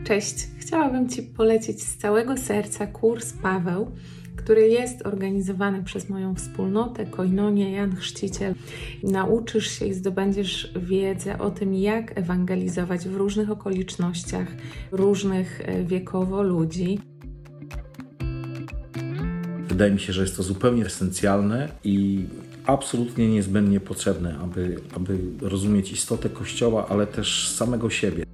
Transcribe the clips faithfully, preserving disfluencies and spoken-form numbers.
Cześć, chciałabym Ci polecić z całego serca kurs Paweł, który jest organizowany przez moją wspólnotę Koinonia Jan Chrzciciel. Nauczysz się i zdobędziesz wiedzę o tym, jak ewangelizować w różnych okolicznościach, różnych wiekowo ludzi. Wydaje mi się, że jest to zupełnie esencjalne i absolutnie niezbędnie potrzebne, aby, aby rozumieć istotę Kościoła, ale też samego siebie.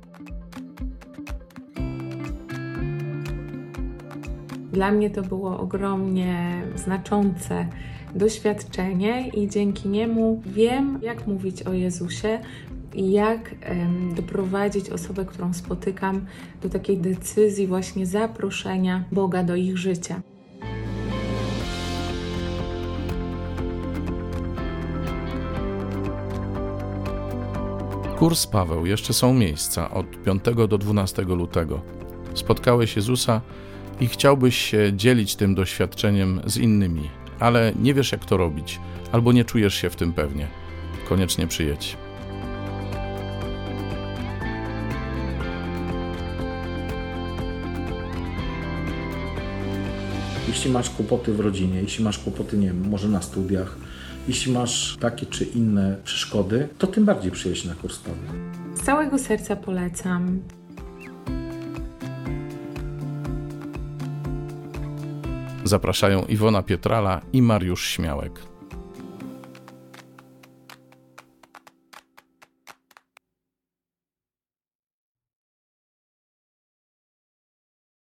Dla mnie to było ogromnie znaczące doświadczenie i dzięki niemu wiem, jak mówić o Jezusie i jak em, doprowadzić osobę, którą spotykam, do takiej decyzji właśnie zaproszenia Boga do ich życia. Kurs Paweł. Jeszcze są miejsca od piątego do dwunastego lutego. Spotkałeś Jezusa i chciałbyś się dzielić tym doświadczeniem z innymi, ale nie wiesz, jak to robić, albo nie czujesz się w tym pewnie. Koniecznie przyjedź. Jeśli masz kłopoty w rodzinie, jeśli masz kłopoty, nie wiem, może na studiach, jeśli masz takie czy inne przeszkody, to tym bardziej przyjedź na kurs Paweł. Z całego serca polecam. Zapraszają Iwona Pietrala i Mariusz Śmiałek.